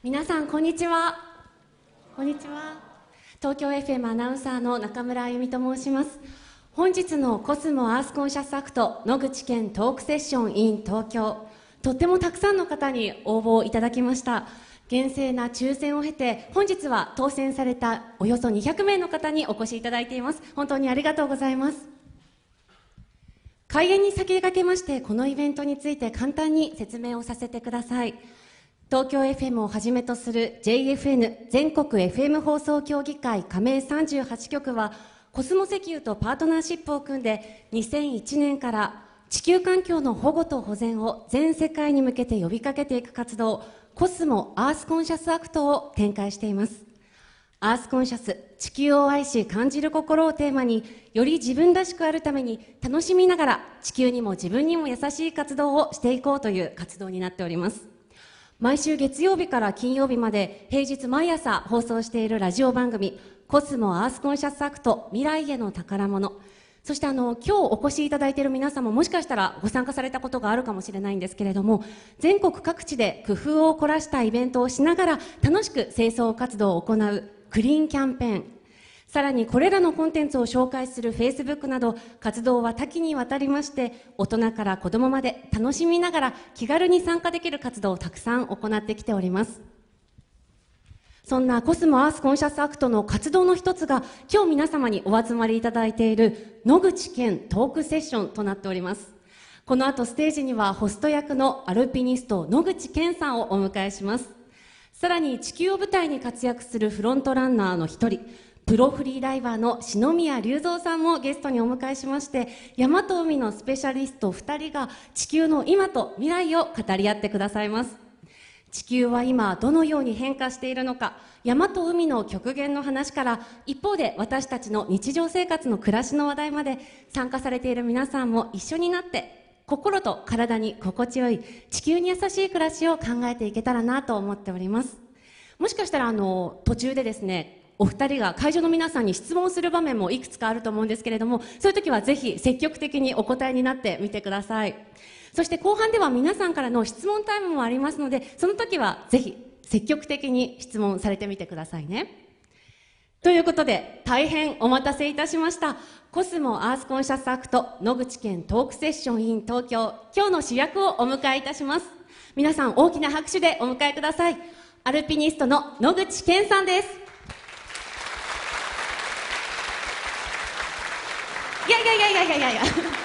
皆さんこんにちは。こんにちは。東京 FM アナウンサーの中村あゆみと申します。本日のコスモアースコンシャスアクト野口健トークセッション in 東京、とってもたくさんの方に応募いただきました。厳正な抽選を経て本日は当選されたおよそ200名の方にお越しいただいています。本当にありがとうございます。開演に先駆けましてこのイベントについて簡単に説明をさせてください。東京 FM をはじめとする JFN 全国 FM 放送協議会加盟38局はコスモ石油とパートナーシップを組んで2001年から地球環境の保護と保全を全世界に向けて呼びかけていく活動、コスモアースコンシャスアクトを展開しています。アースコンシャス、地球を愛し感じる心をテーマに、より自分らしくあるために楽しみながら地球にも自分にも優しい活動をしていこうという活動になっております。毎週月曜日から金曜日まで平日毎朝放送しているラジオ番組コスモアースコンシャスアクト未来への宝物、そして今日お越しいただいている皆様もしかしたらご参加されたことがあるかもしれないんですけれども、全国各地で工夫を凝らしたイベントをしながら楽しく清掃活動を行うクリーンキャンペーン、さらにこれらのコンテンツを紹介する Facebook など活動は多岐にわたりまして、大人から子どもまで楽しみながら気軽に参加できる活動をたくさん行ってきております。そんなコスモアースコンシャスアクトの活動の一つが今日皆様にお集まりいただいている野口健トークセッションとなっております。この後ステージにはホスト役のアルピニスト野口健さんをお迎えします。さらに地球を舞台に活躍するフロントランナーの一人、プロフリーダイバーの篠宮隆三さんもゲストにお迎えしまして、山と海のスペシャリスト2人が地球の今と未来を語り合ってくださいます。地球は今どのように変化しているのか、山と海の極限の話から一方で私たちの日常生活の暮らしの話題まで、参加されている皆さんも一緒になって心と体に心地よい地球に優しい暮らしを考えていけたらなと思っております。もしかしたら途中でですね、お二人が会場の皆さんに質問する場面もいくつかあると思うんですけれども、そういう時はぜひ積極的にお答えになってみてください。そして後半では皆さんからの質問タイムもありますので、その時はぜひ積極的に質問されてみてくださいね。ということで大変お待たせいたしました。コスモアースコンシャスアクト野口健トークセッション in 東京、今日の主役をお迎えいたします。皆さん大きな拍手でお迎えください。アルピニストの野口健さんです。いや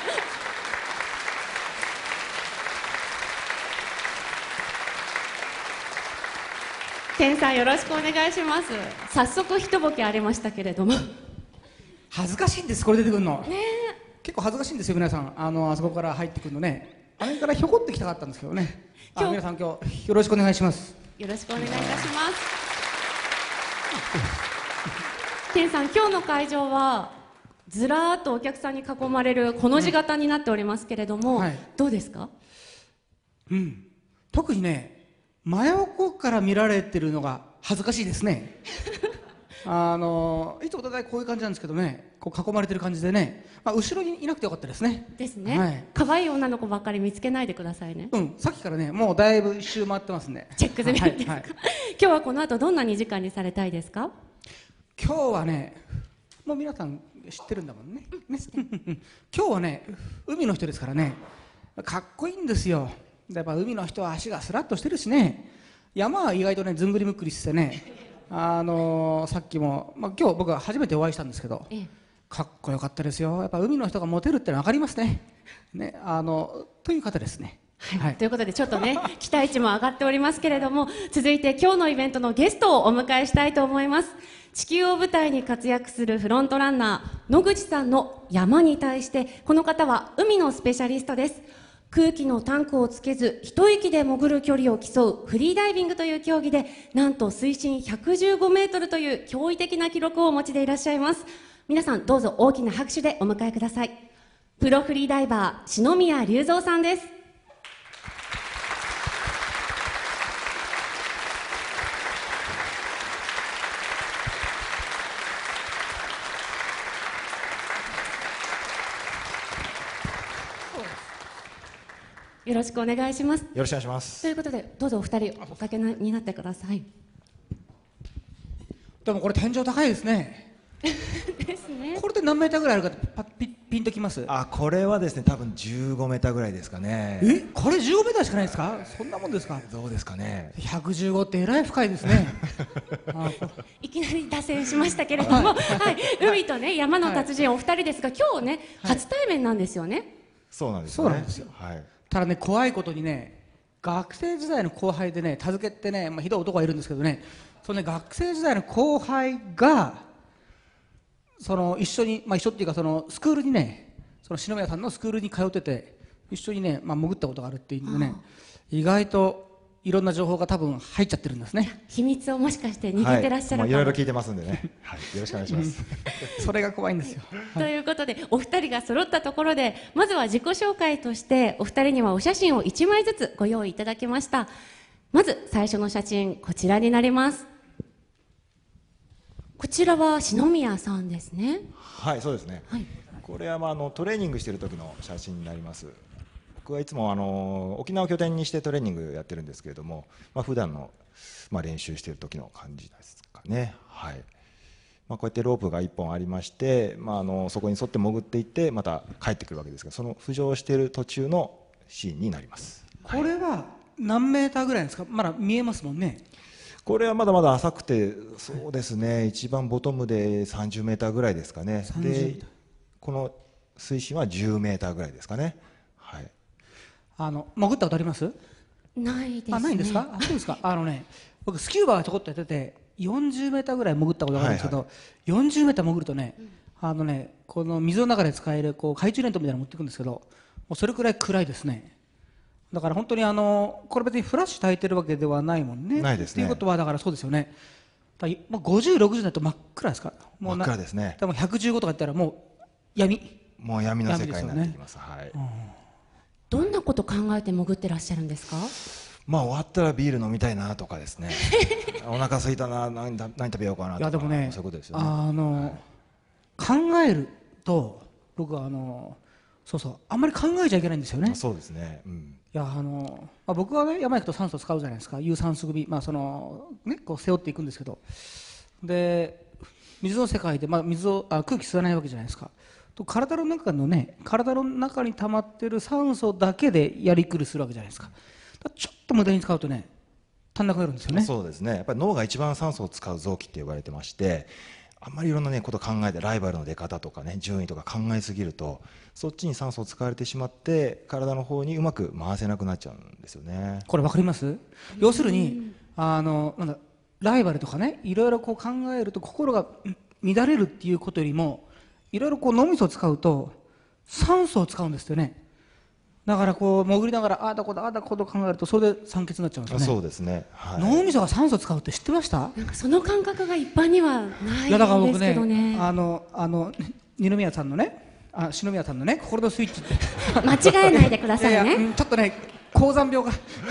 健さんよろしくお願いします。早速一ボケありましたけれども、 恥ずかしいんです、これ出てくるの。 ね、 結構恥ずかしいんですよ、皆さん。あそこから入ってくるのね。あれからひょこってきたかったんですけどね。皆さん今日よろしくお願いします。 よろしくお願いいたします。健さん、今日の会場はずらーっとお客さんに囲まれるこの字型になっておりますけれども、はい、どうですか？ 特にね、真横から見られてるのが恥ずかしいですね。いつも大体こういう感じなんですけどね、こう囲まれてる感じでね、後ろにいなくてよかったですね。 ですね、はい、可愛い女の子ばっかり見つけないでくださいね。 さっきからね、もうだいぶ一周回ってますね。 チェック済みですか？はいはい、今日はこの後どんな2時間にされたいですか？ 今日はね、もう皆さん知ってるんだもんね。今日はね、海の人ですからね、かっこいいんですよ。やっぱ海の人は足がスラッとしてるしね、山は意外とねずんぐりむっくりしてね、さっきも、今日僕は初めてお会いしたんですけど、かっこよかったですよ。やっぱ海の人がモテるってのは分かりますね。という方ですね。 はい、ということでちょっとね期待値も上がっておりますけれども、続いて今日のイベントのゲストをお迎えしたいと思います。地球を舞台に活躍するフロントランナー野口さんの山に対して、この方は海のスペシャリストです。空気のタンクをつけず一息で潜る距離を競うフリーダイビングという競技で、なんと水深115メートルという驚異的な記録をお持ちでいらっしゃいます。皆さんどうぞ大きな拍手でお迎えください。プロフリーダイバー篠宮隆三さんです。 よろしくお願いします。 よろしくお願いします。 ということで、どうぞお二人おかけになってください。 でもこれ天井高いですね。 ですね。 これで何メーターぐらいあるかピンときます？ これはですね、多分15メーターぐらいですかね。 これ15メーターしかないですか？そんなもんですか？ どうですかね。 115ってえらい深いですね。 いきなり脱線しましたけれども、はい、海とね山の達人お二人ですが、今日ね初対面なんですよね。 そうなんですそうなんですよ。 はい。 ただね、怖いことにね、学生時代の後輩でね、助けってね、ひどい男がいるんですけどね、そのね、学生時代の後輩が一緒に、一緒っていうかスクールにね、篠宮さんのスクールに通ってて一緒にね、潜ったことがあるっていうんでね、意外といろんな情報が多分入っちゃってるんですね。 秘密をもしかして握ってらっしゃるかも。 いろいろ聞いてますんでね。はい、よろしくお願いします。 それが怖いんですよ。 ということで、お二人が揃ったところで、まずは自己紹介としてお二人にはお写真を1枚ずつご用意いただきました。まず最初の写真、こちらになります。こちらは篠宮さんですね。 はい、そうですね。 はい、 これはトレーニングしている時の写真になります。僕はいつも沖縄を拠点にしてトレーニングやってるんですけれども、普段の練習している時の感じですかね。はい。こうやってロープが1本ありまして、そこに沿って潜っていってまた帰ってくるわけですが、その浮上している途中のシーンになります。 これは何メーターぐらいですか？まだ見えますもんね。 これはまだまだ浅くて、そうですね、一番ボトムで30メーターぐらいですかね。で、この水深は10メーターぐらいですかね。はい。 潜ったことあります？ ないですね。 ないんですか？そうですか。僕スキューバーちょこっとやってて40メーターぐらい潜ったことがあるんですけど、40メーター潜るとね、この水の中で使える懐中電灯みたいなの持っていくんですけど、もうそれくらい暗いですね。だから本当にこれ別にフラッシュ焚いてるわけではないもんね。 ないですね。 っていうことはだからそうですよね。50、60になると真っ暗ですか？ もう真っ暗ですね。 でも115とか言ったらもう闇。 もう闇の世界になってきます。はい。 どんなこと考えて潜ってらっしゃるんですか？ 終わったらビール飲みたいなとかですね。お腹空いたな、何食べようかなとか。 いやでもね、 そういうことですよね。 考えると僕はあんまり考えちゃいけないんですよね。 そうですね。 いや僕はね、山行くと酸素使うじゃないですか。有酸素組、こう背負っていくんですけど、で水の世界で、空気吸わないわけじゃないですか。と体の中に溜まってる酸素だけでやりくりするわけじゃないですか。ちょっと無駄に使うとね、足んなくなるんですよね。 そうですね。やっぱり脳が一番酸素を使う臓器って言われてまして、あんまりいろんなことを考えてライバルの出方とかね、順位とか考えすぎるとそっちに酸素を使われてしまって体の方にうまく回せなくなっちゃうんですよね。 これ分かります？要するにライバルとかね、いろいろ考えると心が乱れるっていうことよりも、いろいろ脳みそを使うと酸素を使うんですよね。だから潜りながらああだこだ考えるとそれで酸欠になっちゃうんですよね。 そうですね。はい、 脳みそが酸素を使うって知ってました？ なんかその感覚が一般にはないんですけどね。 いやだから僕ね、二宮さんのね、篠宮さんのね、心のスイッチって間違えないでくださいね。 ちょっとね、高山病が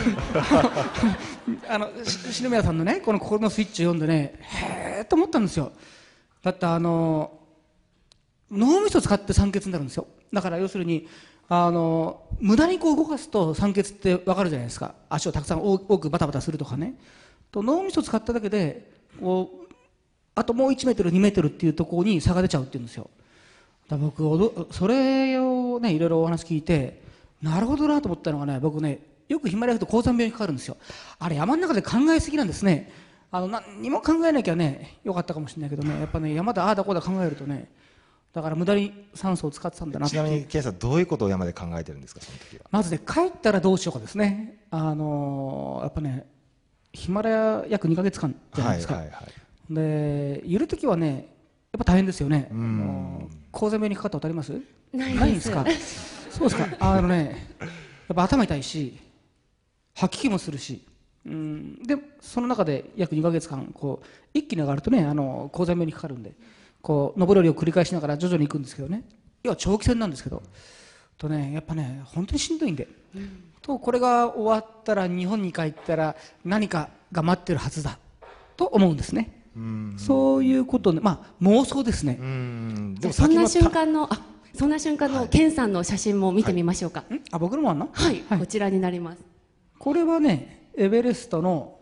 篠宮さんのね、この心のスイッチを読んでね、へーと思ったんですよ。だって脳みそを使って酸欠になるんですよ。だから要するに無駄に動かすと酸欠って分かるじゃないですか。足をたくさん多くバタバタするとかね。と脳みそを使っただけであともう1メートル2メートルっていうところに差が出ちゃうっていうんですよ。だから僕それをね、いろいろお話聞いてなるほどなと思ったのがね、僕ね、よくヒマラヤ行くと高山病にかかるんですよ。あれ山の中で考えすぎなんですね。何にも考えなきゃねよかったかもしれないけどね、やっぱね、山でああだこうだ考えるとね、だから無駄に酸素を使ってたんだなって。 ちなみにケイさん、どういうことを山で考えてるんですか、その時は。 まずね、帰ったらどうしようかですね。やっぱね、ヒマラヤ約2ヶ月間じゃないですか。でいる時はね、やっぱ大変ですよね。高山病にかかったことあります？ ないです。 ないんですか？そうですか。やっぱ頭痛いし吐き気もするし、でその中で約2ヶ月間一気に上がるとね、高山病にかかるんで、上り下りを繰り返しながら徐々に行くんですけどね、要は長期戦なんですけどとね、やっぱね本当にしんどいんで、とこれが終わったら日本に帰ったら何かが待ってるはずだと思うんですね。そういうことね、妄想ですね。 でそんな瞬間のそんな瞬間のはい健さんの写真も見てみましょうか。 あ、僕のもあんの？ はい、こちらになります。 これはね、エベレストの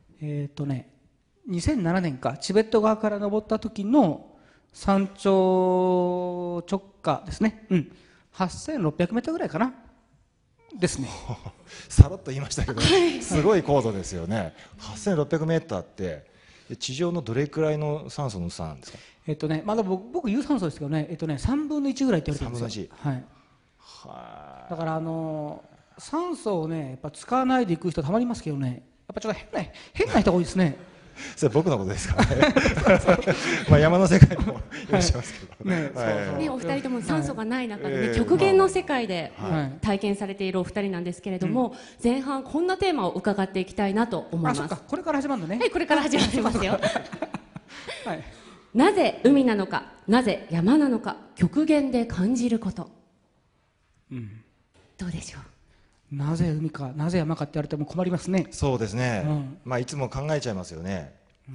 2007年かチベット側から登った時の山頂直下ですね。8600メートルぐらいかなですね。 さらっと言いましたけど、すごい高度ですよね。8600メーターって地上のどれくらいの酸素の薄さなんですか？ まだ僕有酸素ですけどね、3分の1ぐらいって言われてるんですよ。はい。だから酸素をねやっぱ使わないでいく人たまりますけどね、やっぱちょっと変な人が多いですね。 それ僕のことですからね。まあ山の世界にもいらっしゃいますけど、 ね、お二人とも酸素がない中でね、極限の世界で体験されているお二人なんですけれども、前半こんなテーマを伺っていきたいなと思います。 あ、そっか、これから始まるのね。 はい、これから始まりますよ。 はい。 なぜ海なのか、なぜ山なのか、極限で感じること。どうでしょう。 なぜ海か、なぜ山かって言われても困りますね。 そうですね。まあいつも考えちゃいますよね。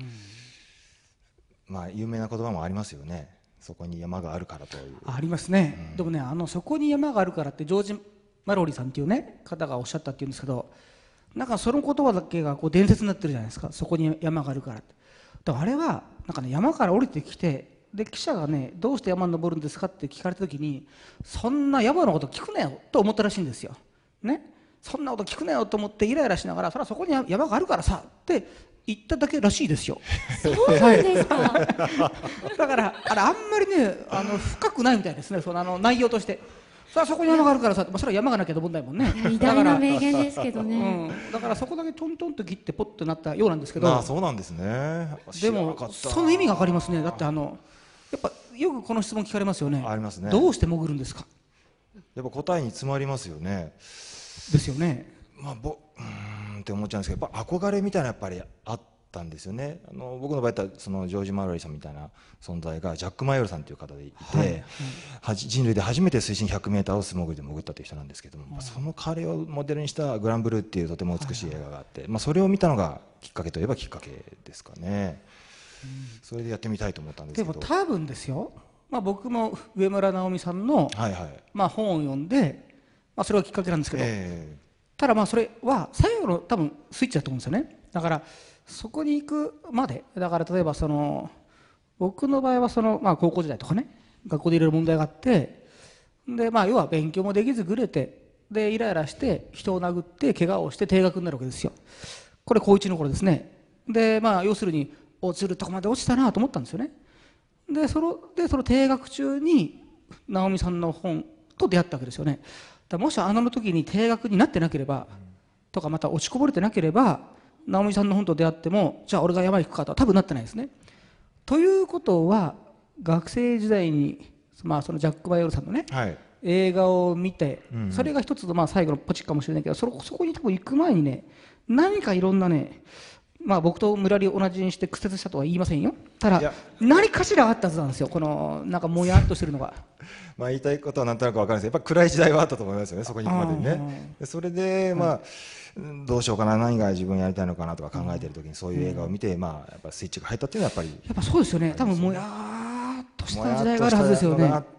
まあ有名な言葉もありますよね。そこに山があるからという。 ありますね。でもね、そこに山があるからってジョージ・マローリさんっていうね方がおっしゃったっていうんですけど、なんかその言葉だけがこう伝説になってるじゃないですか。そこに山があるからって。でもあれはなんかね、山から降りてきて、で記者がねどうして山に登るんですかって聞かれた時に、そんな山のこと聞くなよと思ったらしいんですよ。ね、そんなこと聞くなよと思ってイライラしながら、それはそこに山があるからさって言っただけらしいですよ。 そうなんですか。 だからあんまりね深くないみたいですね、その内容として。それはそこに山があるからさ、それは山がなきゃ登んないもんね。 偉大な名言ですけどね。 だからそこだけトントンと切ってポッとなったようなんですけど。 ああ、そうなんですね。 でもその意味が分かりますね。だってやっぱよくこの質問聞かれますよね。 ありますね。 どうして潜るんですか。 やっぱ答えに詰まりますよね。 ですよね。 まあって思っちゃうんですけど、やっぱ憧れみたいなやっぱりあったんですよね。僕の場合だったらそのジョージ・マロリーさんみたいな存在がジャック・マイオールさんという方でいて、人類で初めて水深100メーターを素潜りで潜ったという人なんですけども、その彼をモデルにしたグランブルーっていうとても美しい映画があって、それを見たのがきっかけといえばきっかけですかね。それでやってみたいと思ったんですけど。 でも多分ですよ、僕も上村直美さんの本を読んで、それがきっかけなんですけど、ただそれは最後の多分スイッチだと思うんですよね。だからそこに行くまで、だから例えば僕の場合は高校時代とかね、学校でいろいろ問題があって、で要は勉強もできずぐれて、でイライラして人を殴って怪我をして停学になるわけですよ。これ高1の頃ですね。で要するに落ちるとこまで落ちたなと思ったんですよね。でその停学中に直美さんの本と出会ったわけですよね。もしの時に停学になってなければとか、また落ちこぼれてなければ直美さんの本と出会っても、じゃあ俺が山行くかとは多分なってないですね。ということは学生時代にそのジャック・バイオルさんのね、映画を見て、それが一つの最後のポチッかもしれないけど、そこに多分行く前にね、何かいろんなね、僕と村り同じにして屈折したとは言いませんよ。ただ何かしらあったはずなんですよ、このなんかもやっとしてるのが。 言いたいことはなんとなく分かるんですけど、やっぱ暗い時代はあったと思いますよね、そこに行くまでにね。それでどうしようかな、何が自分やりたいのかなとか考えてる時にそういう映画を見て、やっぱスイッチが入ったっていうのはやっぱりそうですよね。多分もやっとした時代があるはずですよね。 あって、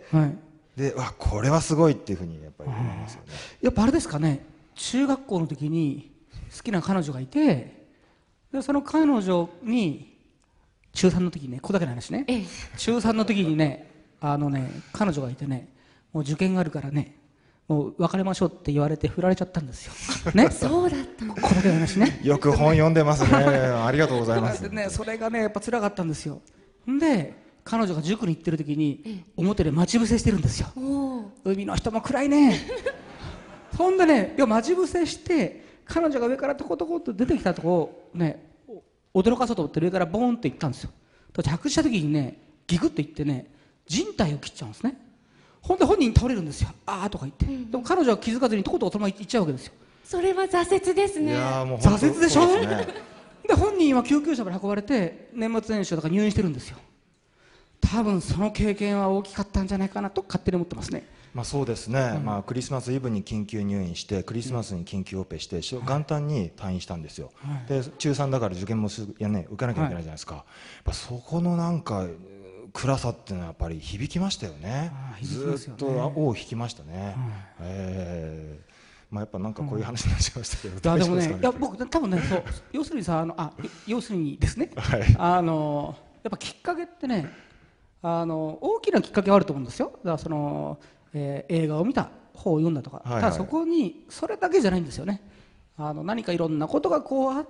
でこれはすごいっていうふうにやっぱり思いますよね。 やっぱあれですかね、中学校の時に好きな彼女がいて、でその彼女に中3の時にね、ここだけの話ね、中3の時にね、彼女がいてね、もう受験があるからね、もう別れましょうって言われて振られちゃったんですよ。ね、 そうだったの。 ここだけの話ね。 よく本読んでますね。ありがとうございます。 ね、それがねやっぱ辛かったんですよ。で彼女が塾に行ってる時に表で待ち伏せしてるんですよ。海の人も暗いね。そんでね、待ち伏せして彼女が上からトコトコっと出てきたとこをね、驚かそうと思って上からボーンって行ったんですよ。着地した時にね、ギクッといってね、人体を切っちゃうんですね。ほんで本人倒れるんですよ。あーとか言って、でも彼女は気づかずにトコトコそのまま行っちゃうわけですよ。 それは挫折ですね。 いやもう挫折でしょ。 そうですね。 で本人は救急車まで運ばれて年末年始だから入院してるんですよ。多分その経験は大きかったんじゃないかなと勝手に思ってますね。 そうですね、クリスマスイブに緊急入院してクリスマスに緊急オペして元旦に退院したんですよ。で中3だから受験も受けなきゃいけないじゃないですか。そこのなんか暗さっていうのはやっぱり響きましたよね。ずっと尾を引きましたね。まあやっぱなんかこういう話になっちゃいましたけど、 でもね、いや僕多分ね、そう要するにさ要するにですね、 はい、 やっぱきっかけってね、大きなきっかけはあると思うんですよ。だからその、映画を見た、本を読んだとか、 はいはい、 ただそこにそれだけじゃないんですよね。何かいろんなことがこうあって、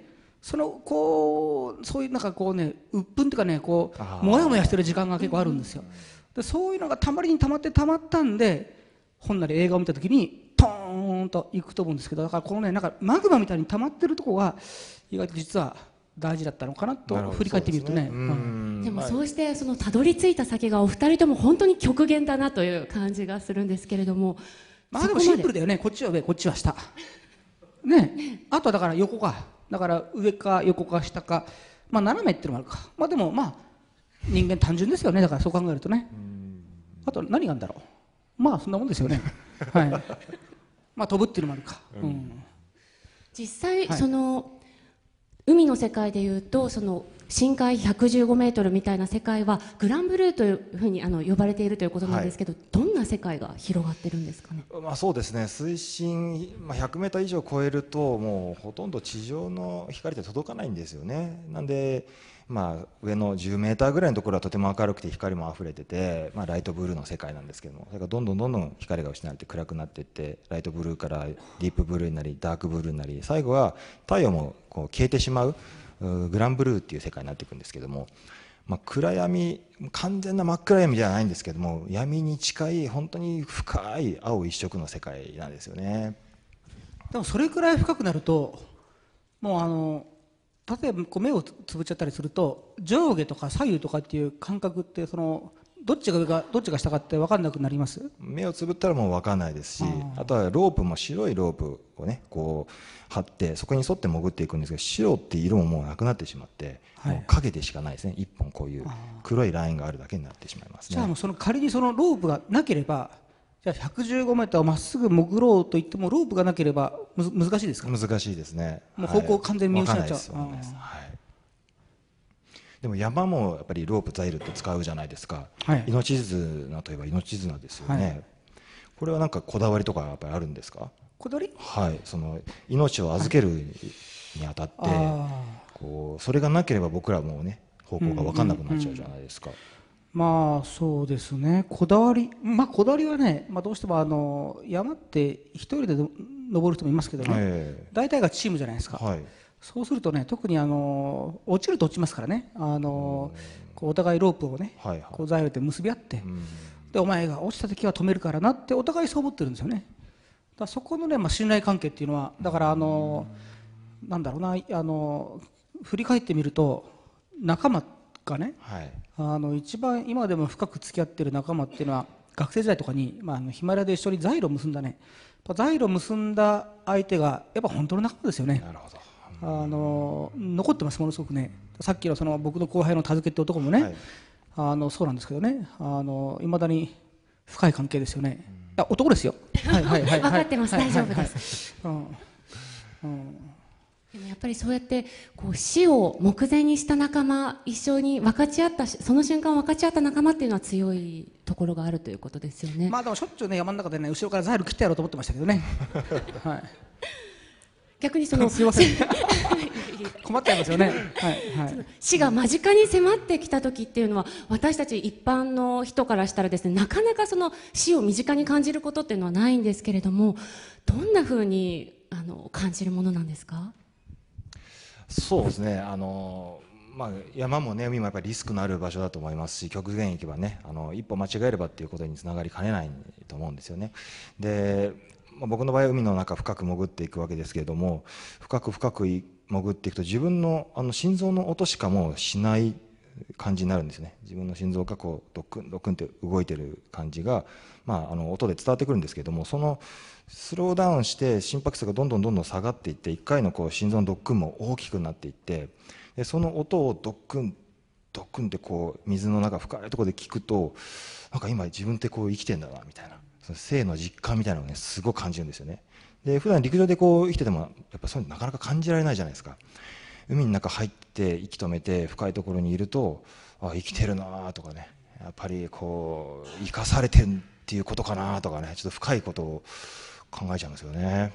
そういうなんかこうね、鬱憤っていうかね、こうもやもやしてる時間が結構あるんですよ。でそういうのがたまりにたまったんで、本なり映画を見た時にトーンといくと思うんですけど、だからこのね、なんかマグマみたいに溜まってるところが意外と実は大事だったのかなと振り返ってみるとね。 でもそうしてそのたどり着いた先がお二人とも本当に極限だなという感じがするんですけれども、 まあでもシンプルだよね。こっちは上、こっちは下ね。あとはだから横か、だから上か横か下か、まあ斜めっていうのもあるか。まあでもまあ人間単純ですよね。だからそう考えるとね。あと何があるんだろう。まあそんなもんですよね。はい。まあ飛ぶっていうのもあるか。 実際、その海の世界でいうと、その深海115メートルみたいな世界はグランブルーというふうに呼ばれているということなんですけど、どんな世界が広がってるんですかね。 まあそうですね、水深、100メーター以上超えるともうほとんど地上の光って届かないんですよね。なんで上の10メーターぐらいのところはとても明るくて光もあふれてて、ライトブルーの世界なんですけども、それがどんどん光が失われて暗くなっていって、ライトブルーからディープブルーになりダークブルーになり、最後は太陽もこう消えてしまうグランブルーっていう世界になっていくんですけども、暗闇、完全な真っ暗闇じゃないんですけども、闇に近い本当に深い青一色の世界なんですよね。 でもそれくらい深くなると、もう例えばこう目をつぶっちゃったりすると、上下とか左右とかっていう感覚って、どっちが上かどっちが下かって分かんなくなります？ 目をつぶったらもう分かんないですし、あとはロープも白いロープをねこう張って、そこに沿って潜っていくんですけど、白って色ももうなくなってしまって、もう影でしかないですね。一本こういう黒いラインがあるだけになってしまいますね。 じゃあもう仮にそのロープがなければ、じゃあ115メートルをまっすぐ潜ろうと言ってもロープがなければ難しいですか？難しいですね。 もう方向を完全に見失っちゃう。 でも山もやっぱりロープザイルって使うじゃないですか。命綱といえば命綱ですよね。これはなんかこだわりとかやっぱりあるんですか？ こだわり？ その命を預けるにあたって、こうそれがなければ僕らもね方向が分かんなくなっちゃうじゃないですか。 そうですね。こだわりはね、どうしても山って一人で登る人もいますけどね、大体がチームじゃないですか。そうするとね、特に落ちると落ちますからね、こうお互いロープをね、こうザイルで結び合って、でお前が落ちた時は止めるからなってお互いそう思ってるんですよね。だからそこのね、信頼関係っていうのは、だからなんだろうな、振り返ってみると仲間がね、一番今でも深く付き合ってる仲間っていうのは、学生時代とかに、ヒマラヤで一緒にザイルを結んだね、ザイルを結んだ相手がやっぱ本当の仲間ですよね。 なるほど。 残ってます、ものすごくね。さっきの僕の後輩の田付って男もね、そうなんですけどね、いまだに深い関係ですよね。男ですよ。 分かってます、大丈夫です。でもやっぱりそうやってこう死を目前にした仲間、一緒に分かち合った、その瞬間分かち合った仲間っていうのは強いところがあるということですよね。 でもしょっちゅうね、山の中でね、後ろからザイル切ってやろうと思ってましたけどね。 逆にすいません困っちゃいますよね。 死が間近に迫ってきた時っていうのは、私たち一般の人からしたらですね、なかなかその死を身近に感じることっていうのはないんですけれども、どんなふうに感じるものなんですか？ そうですね、山もね海もやっぱりリスクのある場所だと思いますし、極限域はね一歩間違えればっていうことにつながりかねないと思うんですよね。で僕の場合は海の中深く潜っていくわけですけれども、深く潜っていくと自分の心臓の音しかもうしない感じになるんですね。自分の心臓がこうドックンドックンって動いてる感じが、音で伝わってくるんですけれども、そのスローダウンして心拍数がどんどん下がっていって、1回のこう心臓のドックンも大きくなっていって、でその音をドックンドックンってこう水の中深いところで聞くと、なんか今自分ってこう生きてんだなみたいな、その生の実感みたいなのをねすごく感じるんですよね。で普段陸上でこう生きててもやっぱそういうのなかなか感じられないじゃないですか。海の中入って息止めて深いところにいると、 あ、生きてるなとかね、やっぱりこう生かされてるっていうことかなとかね、ちょっと深いことを考えちゃうんですよね。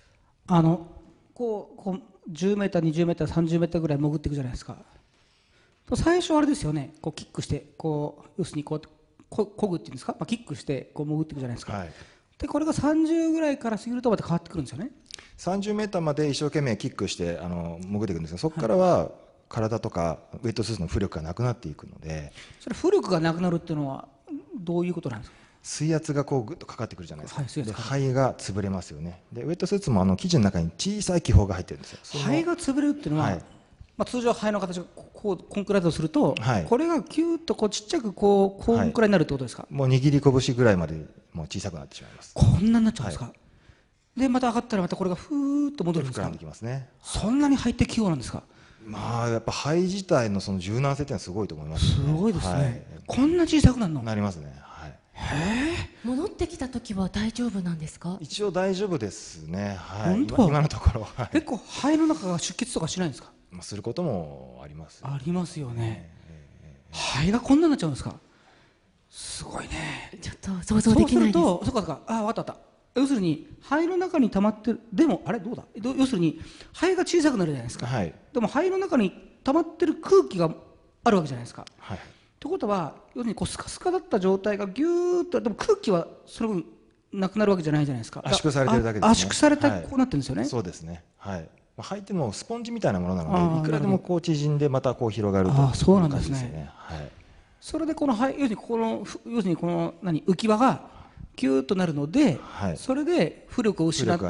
こう10メーター20メーター30メーターぐらい潜っていくじゃないですか。最初あれですよね、こうキックしてこう要するにこうこぐっていうんですか、キックしてこう潜っていくじゃないですか、 はい、 でこれが30ぐらいから過ぎるとまた変わってくるんですよね。 30メーターまで一生懸命キックして潜っていくんですが、そこからは体とかウェットスーツの浮力がなくなっていくので。 それ浮力がなくなるっていうのはどういうことなんですか？ 水圧がこうグッとかかってくるじゃないですか、 はい、 で肺が潰れますよね。でウェットスーツも生地の中に小さい気泡が入ってるんですよ。 肺が潰れるっていうのは、 はい、 通常肺の形がこんくらいだとすると、 はい、 これがキューッとこうちっちゃくこんくらいになるってことですか？ もう握り拳ぐらいまでもう小さくなってしまいます。 こんなになっちゃうんですか？でまた上がったらまたこれがふーっと戻るんですか？ 膨らんできますね。 そんなに肺って器用なんですか？ やっぱ肺自体のその柔軟性っていうのはすごいと思います、 すごいですね、こんな小さくなるの？ なりますね。はい、 戻ってきた時は大丈夫なんですか？ 一応大丈夫ですね。はい、 本当？ 今のところは、 結構肺の中が出血とかしないんですか？ することもあります。 ありますよね、肺がこんなになっちゃうんですか？すごいね。 ちょっと想像できないです。 そうか分かった分かった。要するに肺の中に溜まってる、でもあれどうだ、要するに肺が小さくなるじゃないですか、 はい、 でも肺の中に溜まってる空気があるわけじゃないですか。 はい、 ということは要するにこうスカスカだった状態がギューッと、でも空気はその分なくなるわけじゃないじゃないですか。 圧縮されてるだけですね。 圧縮されてはい、 こうなってるんですよね。 そうですね。はい。肺ってもうスポンジみたいなものなので、いくらでもこう縮んでまたこう広がるという感じですね。 そうなんですね。 はい。 それでこの肺、要するに要するにこの浮き輪がキューッとなるので、 はい、 それで浮力を失って、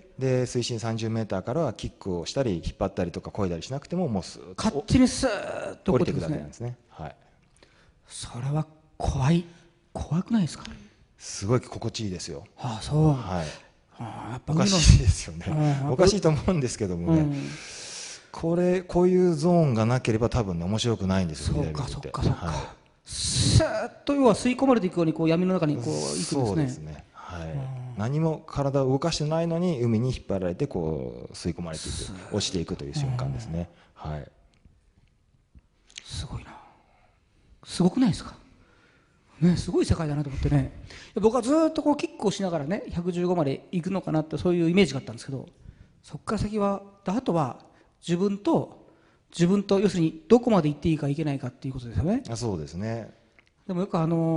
で水深30メーターからはキックをしたり引っ張ったりとか漕いだりしなくてももうスーッと勝手にスーッと降りていくだけなんですね。はい。 それは怖くないですか？ すごい心地いいですよ。 そう。 はい。 やっぱおかしいですよね。おかしいと思うんですけどもね。こういうゾーンがなければ多分ね面白くないんですよ。 そうか。スーッと要は吸い込まれていくようにこう闇の中にこう行くんですね。 そうですね。はい。何も体を動かしてないのに海に引っ張られてこう吸い込まれていく、落ちていくという瞬間ですね。はい。 すごいな。すごくないですか？ね、すごい世界だなと思ってね。僕はずっとこうキックをしながらね115まで行くのかなってそういうイメージがあったんですけど、そこから先はあとは自分と要するにどこまで行っていいかいけないかっていうことですよね。 そうですね。 でもよく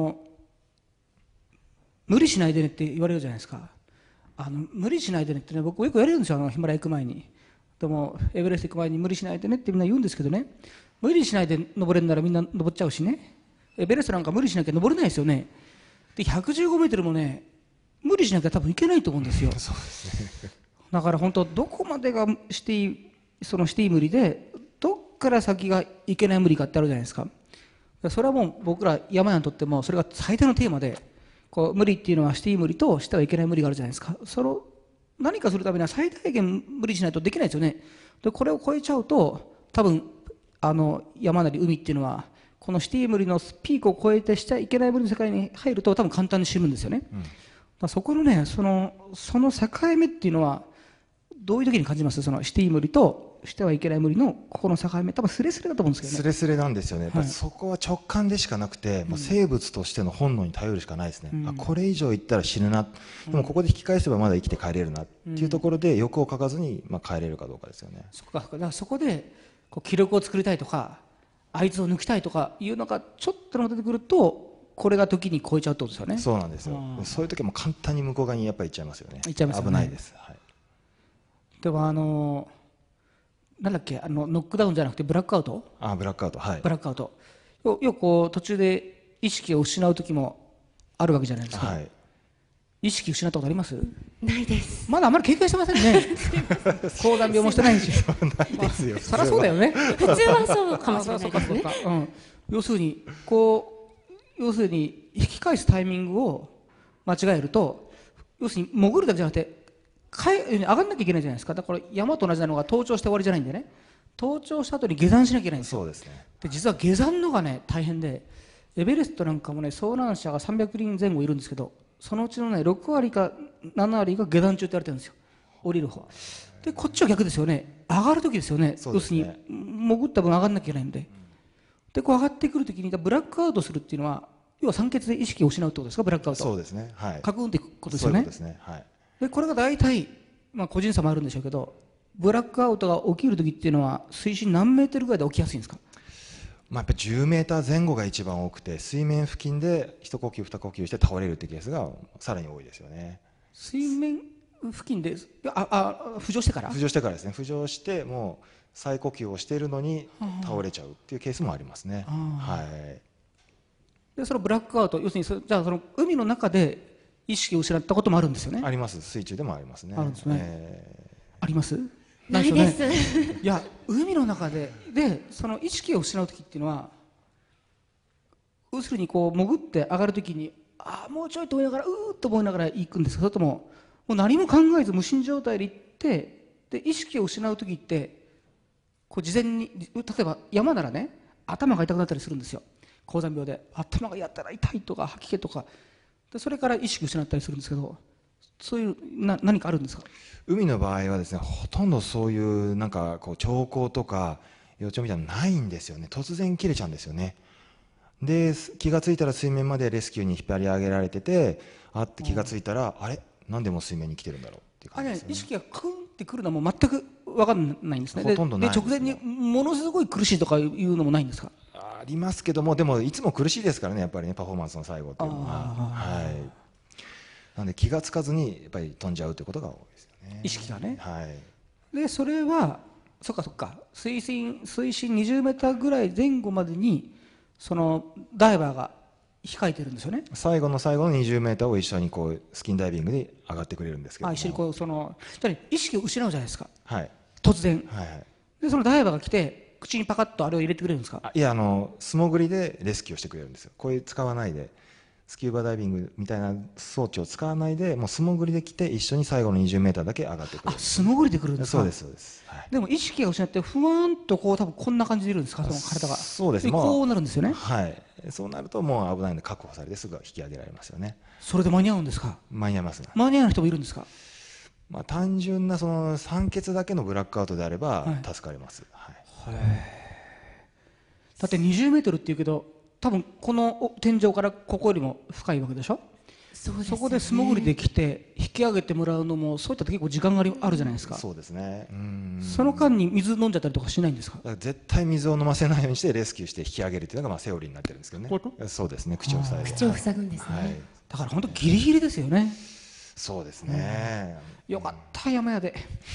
無理しないでねって言われるじゃないですか。無理しないでねってね、僕よく言われるんですよ、ヒマラヤ行く前に。でもエベレスト行く前に無理しないでねってみんな言うんですけどね、無理しないで登れるならみんな登っちゃうしね、エベレストなんか無理しなきゃ登れないですよね。で115メートルもね無理しなきゃ多分行けないと思うんですよ。 そうですね。 だから本当どこまでがしていい無理で、どっから先がいけない無理かってあるじゃないですか。それはもう僕ら山屋にとってもそれが最大のテーマで、こう無理っていうのはしていい無理としてはいけない無理があるじゃないですか。何かするためには最大限無理しないとできないですよね。でこれを超えちゃうと多分山なり海っていうのはこのシティ無理のピークを超えてしちゃいけない無理の世界に入ると多分簡単に死ぬんですよね。そこのねその境目っていうのはどういう時に感じます？そのシティ無理としてはいけない無理のここの境目、多分スレスレだと思うんですけどね。 スレスレなんですよね。 はい、 そこは直感でしかなくて、もう生物としての本能に頼るしかないですね。これ以上行ったら死ぬな、でもここで引き返せばまだ生きて帰れるなっていうところで欲をかかずに帰れるかどうかですよね。 だからそこでこう記録を作りたいとかあいつを抜きたいとかいうのがちょっと出てくると、これが時に超えちゃうってことですよね。 そうなんですよ。そういう時はもう簡単に向こう側にやっぱり行っちゃいますよね。 行っちゃいますよね。 危ないです。はい、 でもなんだっけ、ノックダウンじゃなくてブラックアウト。 ブラックアウト。はい。 ブラックアウト。よくこう途中で意識を失う時もあるわけじゃないですか。はい、意識失ったことあります？ ないです。 まだあんまり経験してませんね。高山病もしてないし。 ないですよ。 そりゃそうだよね。 普通はそうかもしれないですね。 要するに引き返すタイミングを間違えると、要するに潜るだけじゃなくて上がんなきゃいけないじゃないですか。だから山と同じなのが登頂して終わりじゃないんでね、登頂した後に下山しなきゃいけないんですよ。 そうですね。 で実は下山のがね大変で、エベレストなんかもね遭難者が300人前後いるんですけど、そのうちのね6割か7割が下山中って言われてるんですよ、降りる方で。こっちは逆ですよね、上がる時ですよね。要するに潜った分上がんなきゃいけないんで、 でこう上がってくるときにブラックアウトするっていうのは要は酸欠で意識を失うってことですか、ブラックアウト。 そうですね、はい、 カクンっていくことですよね。 そういうことですね、はい、 でこれが大体、個人差もあるんでしょうけど、ブラックアウトが起きるときっていうのは水深何メートルぐらいで起きやすいんですか？ やっぱり10メーター前後が一番多くて、水面付近で一呼吸二呼吸して倒れるっていうケースがさらに多いですよね。 水面付近で浮上してからですね。浮上してもう再呼吸をしているのに倒れちゃうっていうケースもありますね。はい。 でそのブラックアウト、要するにじゃあその海の中で意識を失ったこともあるんですよね。 あります。水中でもありますね。 あるんですね。あります？ ないです。 いや、海の中でその意識を失う時っていうのは、要するにこう潜って上がる時にもうちょいと思いながらうーっと思いながら行くんですか、それとももう何も考えず無心状態で行って、で意識を失う時ってこう事前に、例えば山ならね、頭が痛くなったりするんですよ。高山病で頭がやったら痛いとか吐き気とかで、それから意識を失ったりするんですけど、そういう何かあるんですか？ 海の場合はですね、ほとんどそういうなんかこう兆候とか予兆みたいなのないんですよね。突然切れちゃうんですよね。で気がついたら水面までレスキューに引っ張り上げられてて、って気がついたら、あれなんでもう水面に来てるんだろうっていう感じですよね。 意識がクンってくるのはもう全く分かんないんですね。 ほとんどないですね。 で直前にものすごい苦しいとかいうのもないんですか？ ありますけども、でもいつも苦しいですからね、やっぱりね、パフォーマンスの最後っていうのは。はい。なので気がつかずにやっぱり飛んじゃうということが多いですよね。 意識がね。 はい。 でそれはそっか水深20メーターぐらい前後までにそのダイバーが控えてるんですよね。 最後の20メーターを一緒にこうスキンダイビングで上がってくれるんですけども、 一緒にこうじゃあ意識を失うじゃないですか、 はい、 突然、 はいはい、 でそのダイバーが来て口にパカッとあれを入れてくれるんですか？ いや素潜りでレスキューしてくれるんですよ。こういう使わないで、スキューバダイビングみたいな装置を使わないで、もう素潜りで来て一緒に最後の20メーターだけ上がってくれる。 素潜りで来るんですか？ そうですそうです、はい、 でも意識が失ってふわんとこう多分こんな感じでいるんですか、その体が。 そうです、 こうなるんですよね。 はい、そうなるともう危ないので確保されてすぐ引き上げられますよね。 それで間に合うんですか？ 間に合いますね。 間に合う人もいるんですか？ 単純なその酸欠だけのブラックアウトであれば助かります、はい、 だって20メートルっていうけど、多分この天井からここよりも深いわけでしょ。 そうですね、 そこで素潜りで来て引き上げてもらうのも、そういった結構時間があるじゃないですか。 そうですね。 その間に水飲んじゃったりとかしないんですか？ だから絶対水を飲ませないようにしてレスキューして引き上げるというのがセオリーになってるんですけどね。そうですね、口を塞いで、 口を塞ぐんですね、 はい、 だから本当ギリギリですよね。 そうですね、 よかった山屋で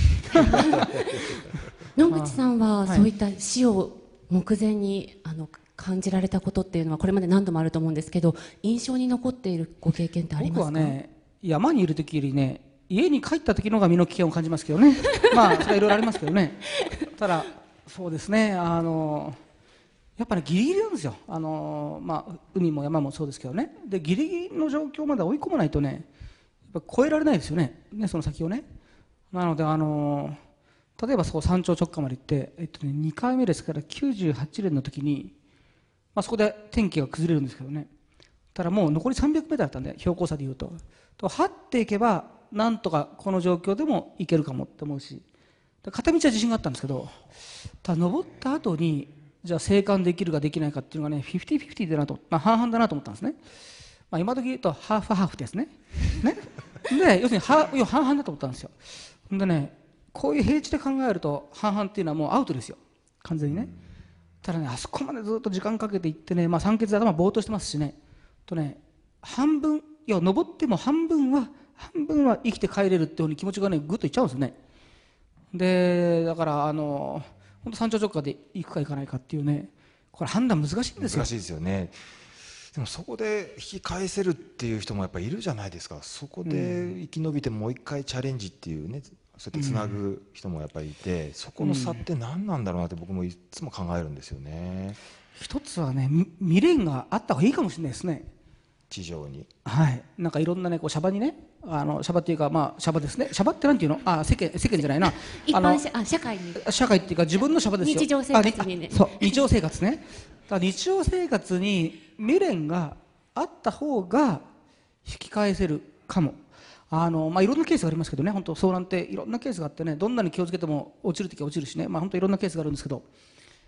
野口さんはそういった死を目前に感じられたことっていうのはこれまで何度もあると思うんですけど、印象に残っているご経験ってありますか？ 僕はね、山にいる時よりね、家に帰った時の方が身の危険を感じますけどねまあそれはいろいろありますけどね。ただそうですね、やっぱり、ね、ギリギリなんですよ。海も山もそうですけどね。でギリギリの状況まで追い込まないとね、やっぱ越えられないですよね、その先をね。なので例えば山頂直下まで行って、2回目ですから98年の時に、そこで天気が崩れるんですけどね。ただもう残り300メートルだったんで、標高差でいうと張っていけばなんとかこの状況でもいけるかもって思うし、片道は自信があったんですけど、ただ登った後にじゃあ生還できるかできないかっていうのがね、50-50だなと、半々だなと思ったんですね。今時言うとハーフハーフですね。で要するに半々だと思ったんですよ。でね、こういう平地で考えると半々っていうのはもうアウトですよ、完全にね。ただね、あそこまでずっと時間かけていってね、酸欠で頭ぼーっとしてますしね、半分、登っても半分は生きて帰れるっていうふうに気持ちがねぐっといっちゃうんですよね。でだから本当山頂直下で行くか行かないかっていうね、これ判断難しいんですよ。 難しいですよね。でもそこで引き返せるっていう人もやっぱりいるじゃないですか。そこで生き延びてもう一回チャレンジっていうね、そうやってつなぐ人もやっぱりいて、そこの差って何なんだろうなって僕もいつも考えるんですよね。 一つはね、未練があった方がいいかもしれないですね、 地上に。 はい、なんかいろんなね、こうシャバにね、シャバっていうか、シャバですね。シャバってなんていうの？世間じゃないな。 社会に。 社会っていうか自分のシャバですよ。 日常生活にね。 そう、日常生活ね。だから日常生活に未練があった方が引き返せるかも。いろんなケースがありますけどね、本当遭難っていろんなケースがあってね、どんなに気をつけても落ちるときは落ちるしね、本当いろんなケースがあるんですけど、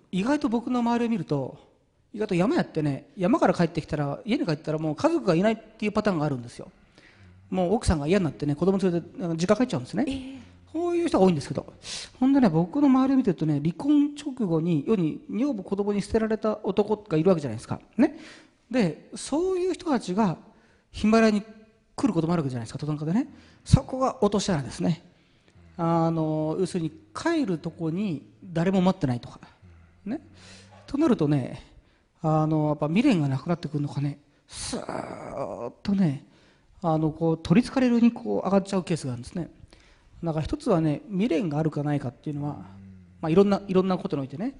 意外と僕の周りを見ると意外と山やってね、山から帰ってきたら家に帰ったらもう家族がいないっていうパターンがあるんですよ。もう奥さんが嫌になってね、子供連れて実家帰っちゃうんですね。そういう人が多いんですけど、ほんでね、僕の周りを見てるとね、離婚直後に世に女房子供に捨てられた男がいるわけじゃないですかね。でそういう人たちがヒマラヤに来ることもあるわけじゃないですか、登山家でね。そこが落とし穴ですね。要するに帰るとこに誰も待ってないとかね。となるとね、やっぱ未練がなくなってくるのかね、スーッとね、こう取りつかれるにこう上がっちゃうケースがあるんですね。だから一つはね、未練があるかないかっていうのは、まあ、いろんなことにおいてね、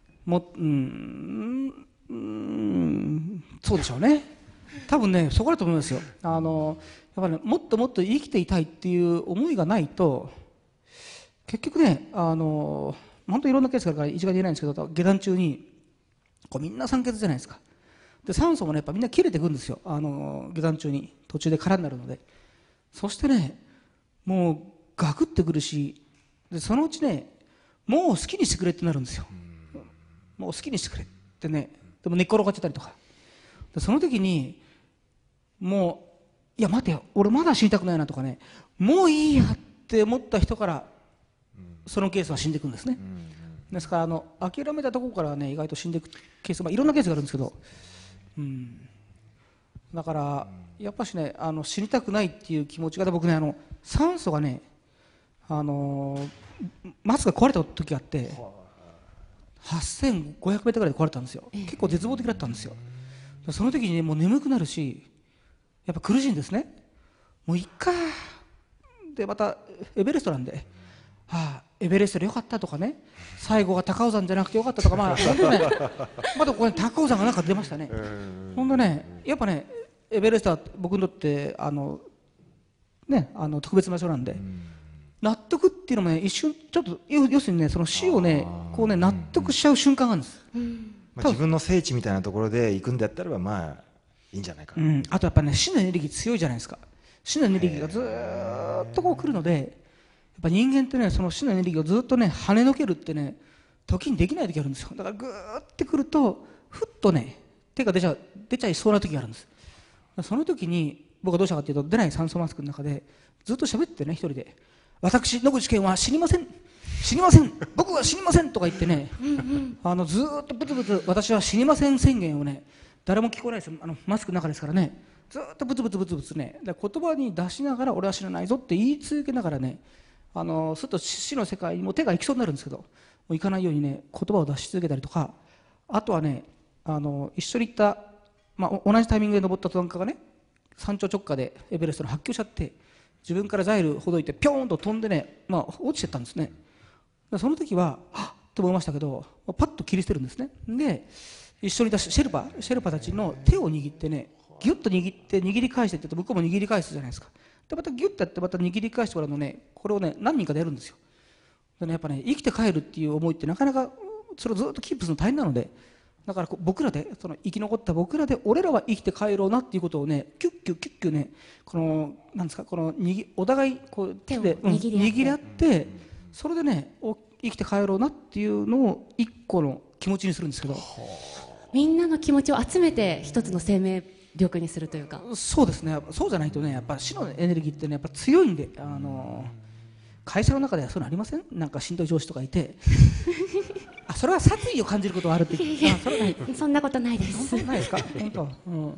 そうでしょうね。多分ね、そこだと思いますよ。やっぱりね、もっともっと生きていたいっていう思いがないと、結局ね、本当いろんなケースがあるから一概に言えないんですけど、下山中にこうみんな酸欠じゃないですか。で酸素もね、やっぱみんな切れてくるんですよ。下山中に途中で空になるので。そしてね、もうガクってくるし、でそのうちね、もう好きにしてくれってなるんですよ。もう好きにしてくれってね。でも寝っ転がっちゃったりとか。でその時にもう、いや待てよ、俺まだ死にたくないなとかね、もういいやって思った人からそのケースは死んでいくんですね。ですから諦めたところからね、意外と死んでいくケース、いろんなケースがあるんですけど、だからやっぱしね、死にたくないっていう気持ちが、僕ね、酸素がね、マスクが壊れた時があって、8500メートルぐらいで壊れたんですよ。結構絶望的だったんですよ。その時にね、もう眠くなるし、やっぱ苦しいんですね。もういっかで、またエベレストなんで、エベレストでよかったとかね、最後が高尾山じゃなくてよかったとか、本当ね、まだこれ高尾山がなんか出ましたね。本当ね、やっぱね、エベレストは僕にとって特別な場所なんで、納得っていうのもね、一瞬ちょっと要するにね、その死をね、こうね、納得しちゃう瞬間があるんです。 自分の聖地みたいなところで行くんだったらまあいいんじゃないかな。 あとやっぱね、死のエネルギー強いじゃないですか。死のエネルギーがずーっとこう来るので、やっぱ人間ってね、その死のエネルギーをずっとね、跳ねのけるってね、時にできない時があるんですよ。だからぐーってくると、ふっとね、手が出ちゃいそうな時があるんです。その時に僕はどうしたかっていうと、出ない酸素マスクの中でずっと喋ってね、一人で、私野口健は死にません、死にません、僕は死にませんとか言ってね、ずーっとブツブツ私は死にません宣言をね、誰も聞こえないですよ、マスクの中ですからね、ずーっとブツブツブツブツね、言葉に出しながら俺は死なないぞって言い続けながらね、すると死の世界にも手が行きそうになるんですけど、もう行かないようにね、言葉を出し続けたりとか、あとはね、一緒に行った、同じタイミングで登った登山家がね、山頂直下でエベレストの発狂しちゃって、自分からザイルほどいてピョーンと飛んでね、落ちてったんですね。その時ははっと思いましたけど、パッと切り捨てるんですね。で一緒にいたシェルパたちの手を握ってね、ギュッと握って握り返してって言うと向こうも握り返すじゃないですか。でまたギュッとやってまた握り返してからのね、これをね何人かでやるんですよ。でね、やっぱね、生きて帰るっていう思いってなかなかそれをずっとキープするの大変なので、だから僕らで、その生き残った僕らで、俺らは生きて帰ろうなっていうことをね、キュッキュッキュッキュね、このなんですか、このお互いこう手で握り合って、それでね、生きて帰ろうなっていうのを一個の気持ちにするんですけど、 みんなの気持ちを集めて一つの生命力にするというか。 そうですね。そうじゃないとね、やっぱ死のエネルギーってね、やっぱ強いんで、会社の中ではそういうのありません？なんかしんどい上司とかいてそれは殺意を感じることはあるって言って、 それはないそんなことないです。 本当ないですか？本当、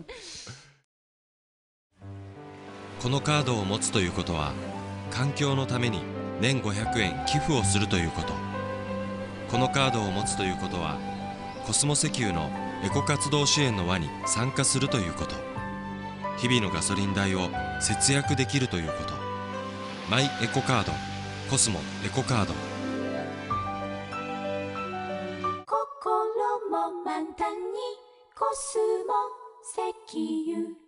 このカードを持つということは、環境のために年500円寄付をするということ。このカードを持つということは、コスモ石油のエコ活動支援の輪に参加するということ。日々のガソリン代を節約できるということ。マイエコカード、コスモエコカード。 心も満タンにコスモ石油。